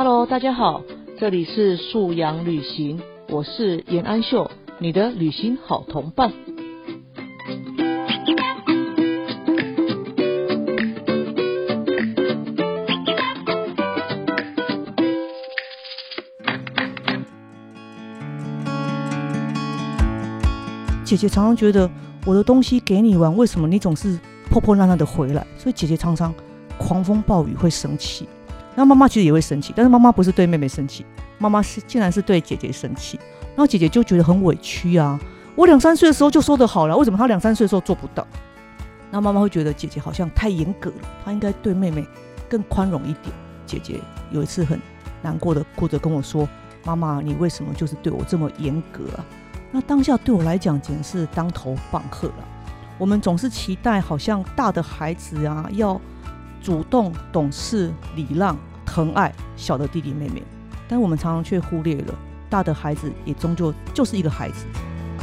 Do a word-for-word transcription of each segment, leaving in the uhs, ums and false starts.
Hello， 大家好，这里是素养旅行，我是严安秀，你的旅行好同伴。 姐姐常常觉得我的东西给你玩，为什么你总是破破烂烂的回来？所以姐姐常常狂风暴雨会生气。那妈妈其实也会生气，但是妈妈不是对妹妹生气，妈妈是竟然是对姐姐生气。然后姐姐就觉得很委屈啊，我两三岁的时候就说得好了，为什么她两三岁的时候做不到？那妈妈会觉得姐姐好像太严格了，她应该对妹妹更宽容一点。姐姐有一次很难过的哭着跟我说：“妈妈，你为什么就是对我这么严格啊？”那当下对我来讲简直是当头棒喝了。我们总是期待好像大的孩子啊要主动、懂事、礼让、疼爱小的弟弟妹妹，但我们常常却忽略了大的孩子也终究就是一个孩子。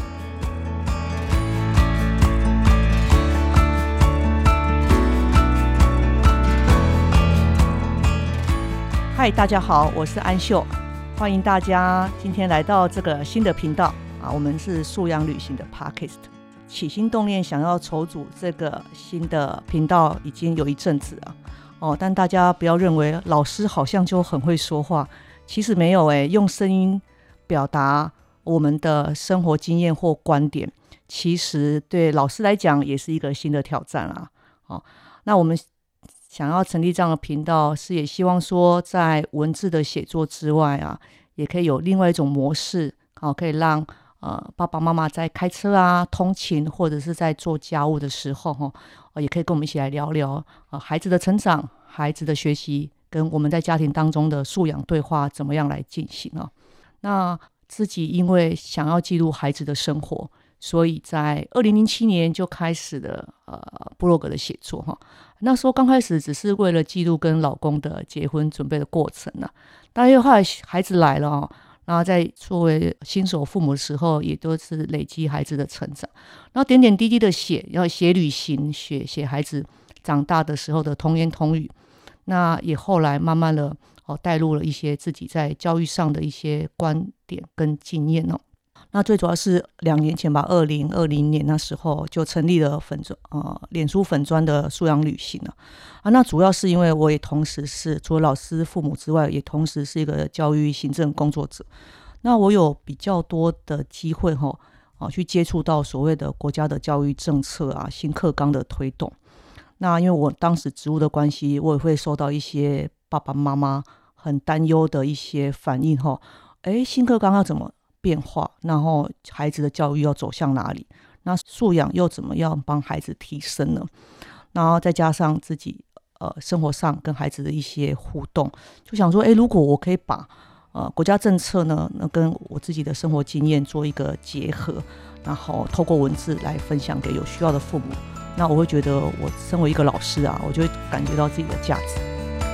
嗨，大家好，我是安秀，欢迎大家今天来到这个新的频道啊，我们是素养旅行的 Podcast。起心动念想要筹组这个新的频道已经有一阵子了哦，但大家不要认为老师好像就很会说话，其实没有诶，用声音表达我们的生活经验或观点，其实对老师来讲也是一个新的挑战啊。哦，那我们想要成立这样的频道，是也希望说在文字的写作之外啊，也可以有另外一种模式，哦，可以让呃，爸爸妈妈在开车啊、通勤或者是在做家务的时候，哦，也可以跟我们一起来聊聊，呃、孩子的成长、孩子的学习，跟我们在家庭当中的素养对话怎么样来进行哦。那自己因为想要记录孩子的生活，所以在二零零七年就开始了呃部落格的写作哈。那时候刚开始只是为了记录跟老公的结婚准备的过程啊，但因为后来孩子来了哦。然后在作为新手父母的时候，也都是累积孩子的成长，然后点点滴滴的写，要写旅行，写写孩子长大的时候的童言童语。那也后来慢慢的哦带入了一些自己在教育上的一些观点跟经验哦。那最主要是两年前吧，二零二零年那时候就成立了粉专呃脸书粉专的素养旅行了啊。那主要是因为我也同时是除了老师父母之外，也同时是一个教育行政工作者。那我有比较多的机会哈啊去接触到所谓的国家的教育政策啊、新课纲的推动。那因为我当时职务的关系，我也会收到一些爸爸妈妈很担忧的一些反应哈。哎，新课纲要怎么变化，然后孩子的教育要走向哪里，那素养又怎么样帮孩子提升呢？然后再加上自己呃生活上跟孩子的一些互动，就想说，哎，如果我可以把呃国家政策呢，那跟我自己的生活经验做一个结合，然后透过文字来分享给有需要的父母，那我会觉得我身为一个老师啊，我就会感觉到自己的价值。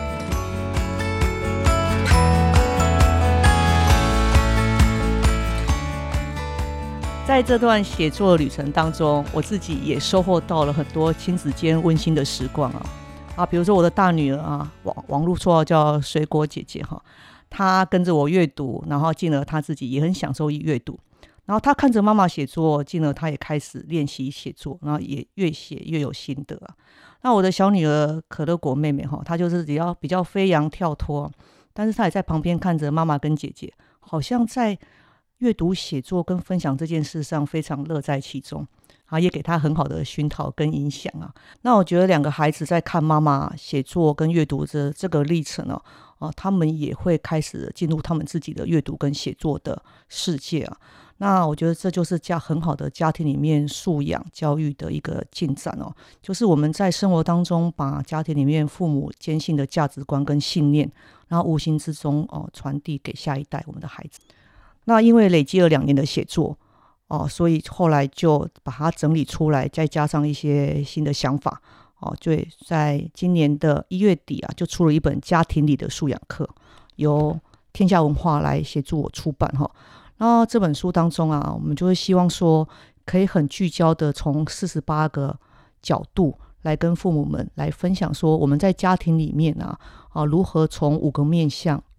在这段写作的旅程当中，我自己也收获到了很多亲子间温馨的时光啊啊，比如说我的大女儿啊，网网络绰号叫水果姐姐哈，她跟着我阅读，然后进而她自己也很享受阅读，然后她看着妈妈写作，进而她也开始练习写作，然后也越写越有心得啊。那我的小女儿可乐果妹妹哈，她就是比较比较飞扬跳脱，但是她也在旁边看着妈妈跟姐姐，好像在阅读、写作跟分享这件事上非常乐在其中啊，也给他很好的熏陶跟影响啊。那我觉得两个孩子在看妈妈写作跟阅读的这个历程哦、啊，他们也会开始进入他们自己的阅读跟写作的世界啊。那我觉得这就是家很好的家庭里面素养教育的一个进展哦，就是我们在生活当中把家庭里面父母坚信的价值观跟信念，然后无形之中哦传递给下一代我们的孩子。那因为累积了两年的写作哦，所以后来就把它整理出来，再加上一些新的想法哦，就在今年的一月底啊，就出了一本家庭里的素养课，由天下文化来协助我出版哈。那这本书当中啊，我们就会希望说，可以很聚焦的从四十八个角度来跟父母们来分享说，我们在家庭里面啊，啊如何从五个面向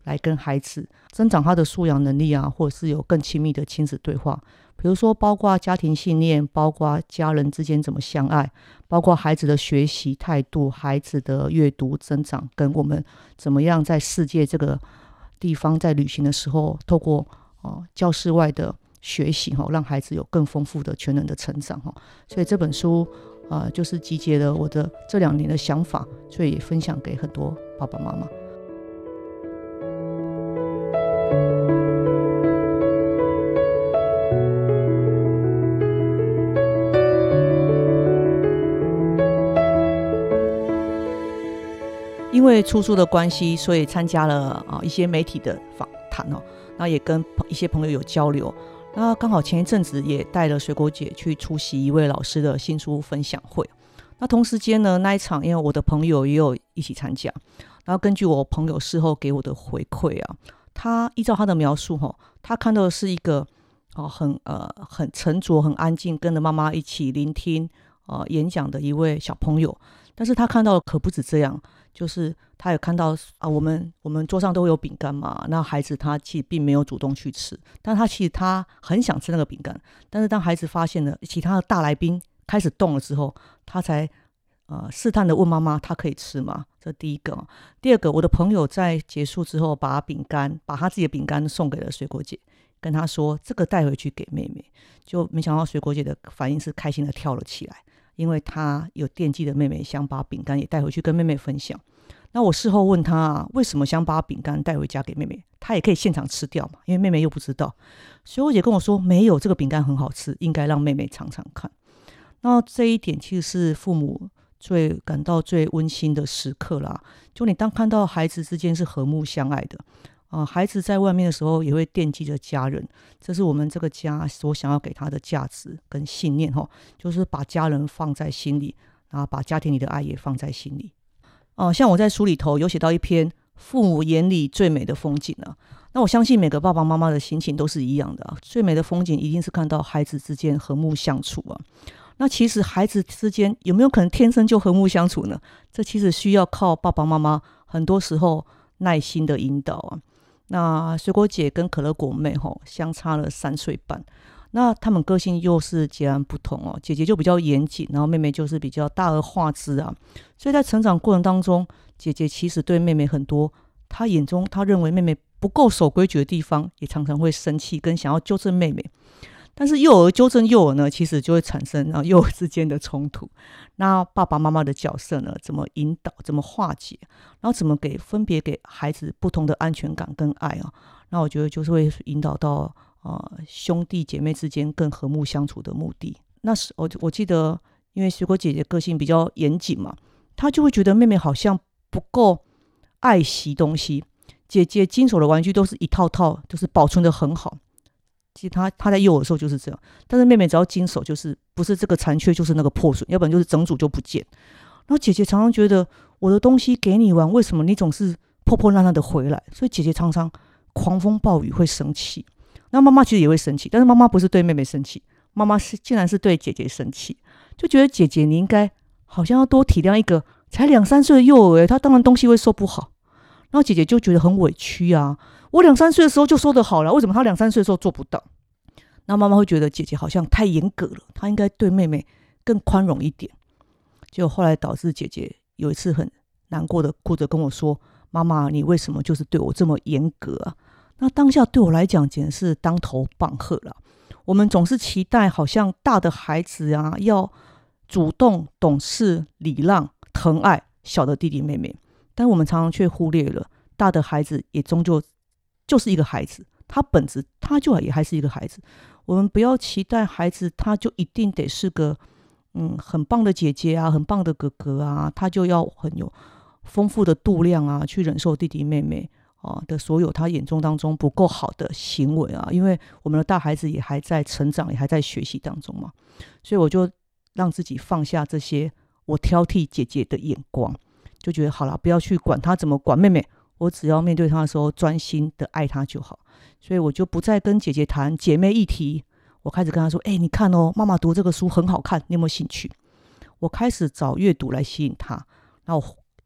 来跟孩子增长他的素养能力啊，或者是有更亲密的亲子对话。比如说包括家庭信念，包括家人之间怎么相爱，包括孩子的学习态度，孩子的阅读增长，跟我们怎么样在世界这个地方在旅行的时候透过、呃、教室外的学习、哦、让孩子有更丰富的全人的成长、哦、所以这本书、呃、就是集结了我的这两年的想法，所以也分享给很多爸爸妈妈。因为出书的关系，所以参加了、啊、一些媒体的访谈哦，那也跟一些朋友有交流。那刚好前一阵子也带了水果姐去出席一位老师的新书分享会。那同时间呢，那一场因为我的朋友也有一起参加，然后根据我朋友事后给我的回馈啊，他依照他的描述、哦、他看到的是一个、哦、很呃很沉着、很安静，跟着妈妈一起聆听、呃、演讲的一位小朋友。但是他看到的可不止这样，就是他也看到啊，我们我们桌上都会有饼干嘛，那孩子他其实并没有主动去吃，但他其实他很想吃那个饼干，但是当孩子发现了其他的大来宾开始动了之后，他才呃试探的问妈妈他可以吃吗？这第一个。第二个，我的朋友在结束之后把饼干把他自己的饼干送给了水果姐，跟他说这个带回去给妹妹，就没想到水果姐的反应是开心的跳了起来，因为他有惦记的妹妹，想把饼干也带回去跟妹妹分享。那我事后问他、啊、为什么想把饼干带回家给妹妹，他也可以现场吃掉嘛，因为妹妹又不知道。所以我姐跟我说没有，这个饼干很好吃，应该让妹妹尝尝看。那这一点其实是父母最感到最温馨的时刻啦，就你当看到孩子之间是和睦相爱的、呃、孩子在外面的时候也会惦记着家人，这是我们这个家所想要给他的价值跟信念、哦、就是把家人放在心里，然后把家庭里的爱也放在心里。呃、像我在书里头有写到一篇父母眼里最美的风景啊，那我相信每个爸爸妈妈的心情都是一样的、啊、最美的风景一定是看到孩子之间和睦相处啊。那其实孩子之间有没有可能天生就和睦相处呢？这其实需要靠爸爸妈妈很多时候耐心的引导啊。那水果姐跟可乐果妹吼相差了三岁半，那他们个性又是截然不同哦。姐姐就比较严谨，然后妹妹就是比较大而化之啊。所以在成长过程当中，姐姐其实对妹妹很多，她眼中她认为妹妹不够守规矩的地方，也常常会生气跟想要纠正妹妹。但是幼儿纠正幼儿呢，其实就会产生啊幼儿之间的冲突。那爸爸妈妈的角色呢，怎么引导，怎么化解，然后怎么给分别给孩子不同的安全感跟爱啊？那我觉得就是会引导到呃兄弟姐妹之间更和睦相处的目的。那时我我记得，因为水果姐姐个性比较严谨嘛，她就会觉得妹妹好像不够爱惜东西。姐姐经手的玩具都是一套套，就是保存得很好。其实他他在幼儿的时候就是这样，但是妹妹只要经手，就是不是这个残缺就是那个破损，要不然就是整组就不见。然后姐姐常常觉得我的东西给你玩，为什么你总是破破烂烂的回来？所以姐姐常常狂风暴雨会生气。那妈妈其实也会生气，但是妈妈不是对妹妹生气，妈妈是竟然是对姐姐生气，就觉得姐姐你应该好像要多体谅一个才两三岁的幼儿，她当然东西会收不好。然后姐姐就觉得很委屈啊，我两三岁的时候就收得好了，为什么她两三岁的时候做不到？那妈妈会觉得姐姐好像太严格了，她应该对妹妹更宽容一点。结果后来导致姐姐有一次很难过的哭着跟我说，妈妈你为什么就是对我这么严格啊？那当下对我来讲简直是当头棒喝了。我们总是期待好像大的孩子啊要主动懂事礼让疼爱小的弟弟妹妹，但我们常常却忽略了大的孩子也终究就是一个孩子，他本质他就也还是一个孩子。我们不要期待孩子他就一定得是个嗯很棒的姐姐啊，很棒的哥哥啊，他就要很有丰富的度量啊，去忍受弟弟妹妹啊的所有他眼中当中不够好的行为啊。因为我们的大孩子也还在成长，也还在学习当中嘛，所以我就让自己放下这些我挑剔姐姐的眼光，就觉得好了，不要去管他怎么管妹妹，我只要面对他的时候专心的爱他就好。所以我就不再跟姐姐谈姐妹议题，我开始跟她说，哎、欸，你看哦，妈妈读这个书很好看，你有没有兴趣？我开始找阅读来吸引她，然后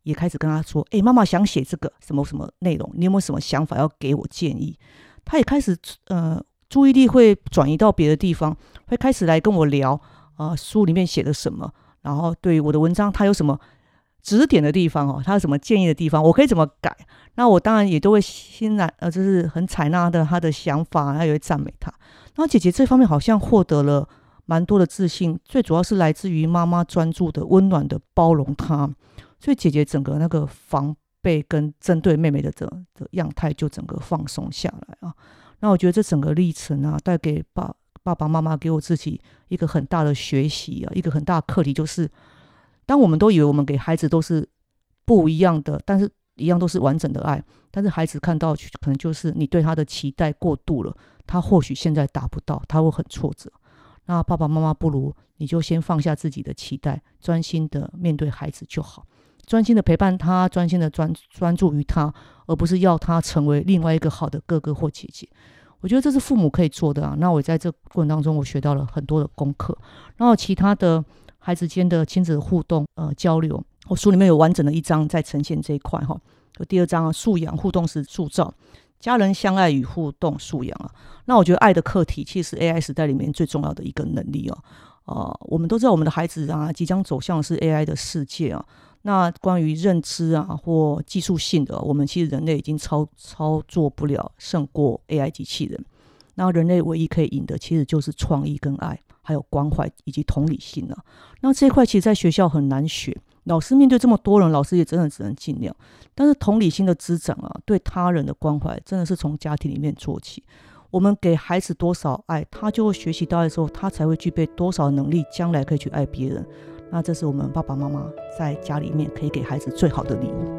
也开始跟他说，哎、欸，妈妈想写这个什么什么内容，你有没有什么想法要给我建议？他也开始呃注意力会转移到别的地方，会开始来跟我聊呃书里面写的什么，然后对于我的文章他有什么指点的地方哦，他有什么建议的地方，我可以怎么改？那我当然也都会欣然呃，就是很采纳的他的想法，他也会赞美他。然后姐姐这方面好像获得了蛮多的自信，最主要是来自于妈妈专注的、温暖的包容她，所以姐姐整个那个防备跟针对妹妹的这的样态就整个放松下来啊。那我觉得这整个历程啊，带给爸爸爸妈妈给我自己一个很大的学习啊，一个很大的课题，就是当我们都以为我们给孩子都是不一样的，但是一样都是完整的爱，但是孩子看到可能就是你对他的期待过度了，他或许现在达不到，他会很挫折。那爸爸妈妈不如你就先放下自己的期待，专心的面对孩子就好，专心的陪伴他，专心的 专, 专注于他，而不是要他成为另外一个好的哥哥或姐姐。我觉得这是父母可以做的啊。那我在这过程当中，我学到了很多的功课。然后其他的孩子间的亲子互动呃交流，我书里面有完整的一章在呈现这一块哈。有第二章啊，素养互动式塑造，家人相爱与互动素养啊。那我觉得爱的课题其实是 A I 时代里面最重要的一个能力哦。呃，我们都知道我们的孩子啊，即将走向的是 A I 的世界啊。那关于认知啊或技术性的，我们其实人类已经操操作不了胜过 A I 机器人。那人类唯一可以赢的，其实就是创意跟爱，还有关怀以及同理心啊。那这一块其实在学校很难学，老师面对这么多人，老师也真的只能尽量。但是同理心的滋长啊，对他人的关怀，真的是从家庭里面做起。我们给孩子多少爱，他就会学习到的时候，他才会具备多少能力，将来可以去爱别人。那这是我们爸爸妈妈在家里面可以给孩子最好的礼物。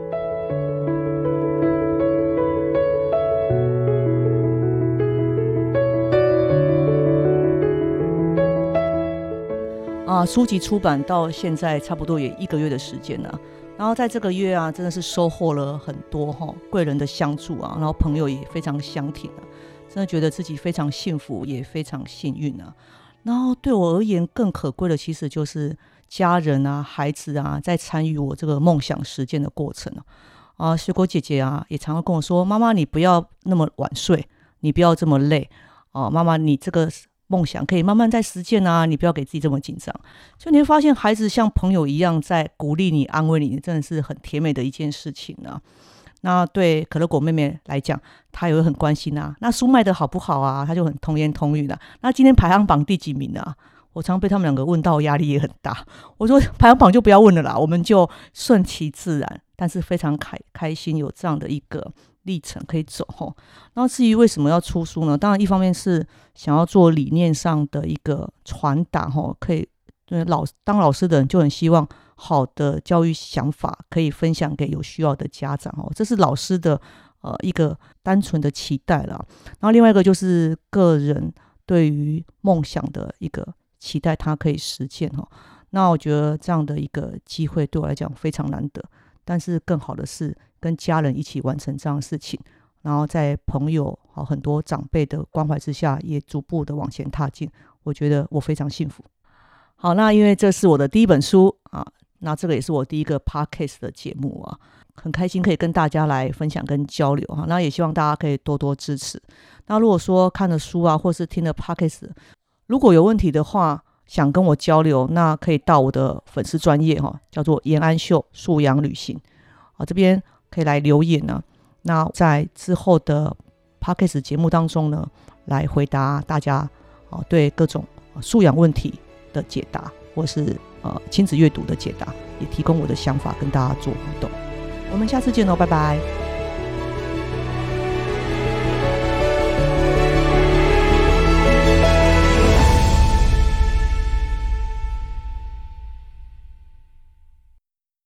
啊，书籍出版到现在差不多也一个月的时间了。然后在这个月啊，真的是收获了很多哈贵人的相助啊，然后朋友也非常相挺啊，真的觉得自己非常幸福，也非常幸运啊。然后对我而言更可贵的，其实就是家人啊、孩子啊，在参与我这个梦想实践的过程啊。啊，水果姐姐啊，也常常跟我说：“妈妈，你不要那么晚睡，你不要这么累啊，妈妈，你这个梦想可以慢慢在实践啊，你不要给自己这么紧张。”所以你会发现，孩子像朋友一样在鼓励你、安慰你，真的是很甜美的一件事情啊。那对可乐果妹妹来讲，她也会很关心啊。那书卖的好不好啊？她就很童言童语的。那今天排行榜第几名啊？我常被他们两个问到，压力也很大。我说排行榜就不要问了啦，我们就顺其自然。但是非常开开心有这样的一个历程可以走吼。然后至于为什么要出书呢？当然一方面是想要做理念上的一个传达吼，可以老当老师的人就很希望好的教育想法可以分享给有需要的家长哦，这是老师的呃一个单纯的期待啦。然后另外一个就是个人对于梦想的一个期待，它可以实践哦。那我觉得这样的一个机会对我来讲非常难得，但是更好的是跟家人一起完成这样的事情，然后在朋友好很多长辈的关怀之下，也逐步的往前踏进。我觉得我非常幸福。好，那因为这是我的第一本书啊，那这个也是我第一个 podcast 的节目啊，很开心可以跟大家来分享跟交流哈。那也希望大家可以多多支持。那如果说看了书啊，或是听了 podcast， 如果有问题的话，想跟我交流，那可以到我的粉丝专页哈，叫做延安秀素养旅行啊，这边可以来留言呢、啊。那在之后的 podcast 节目当中呢，来回答大家啊对各种素养问题的解答，或是呃亲子阅读的解答，也提供我的想法跟大家做互动。我们下次见喽，拜拜。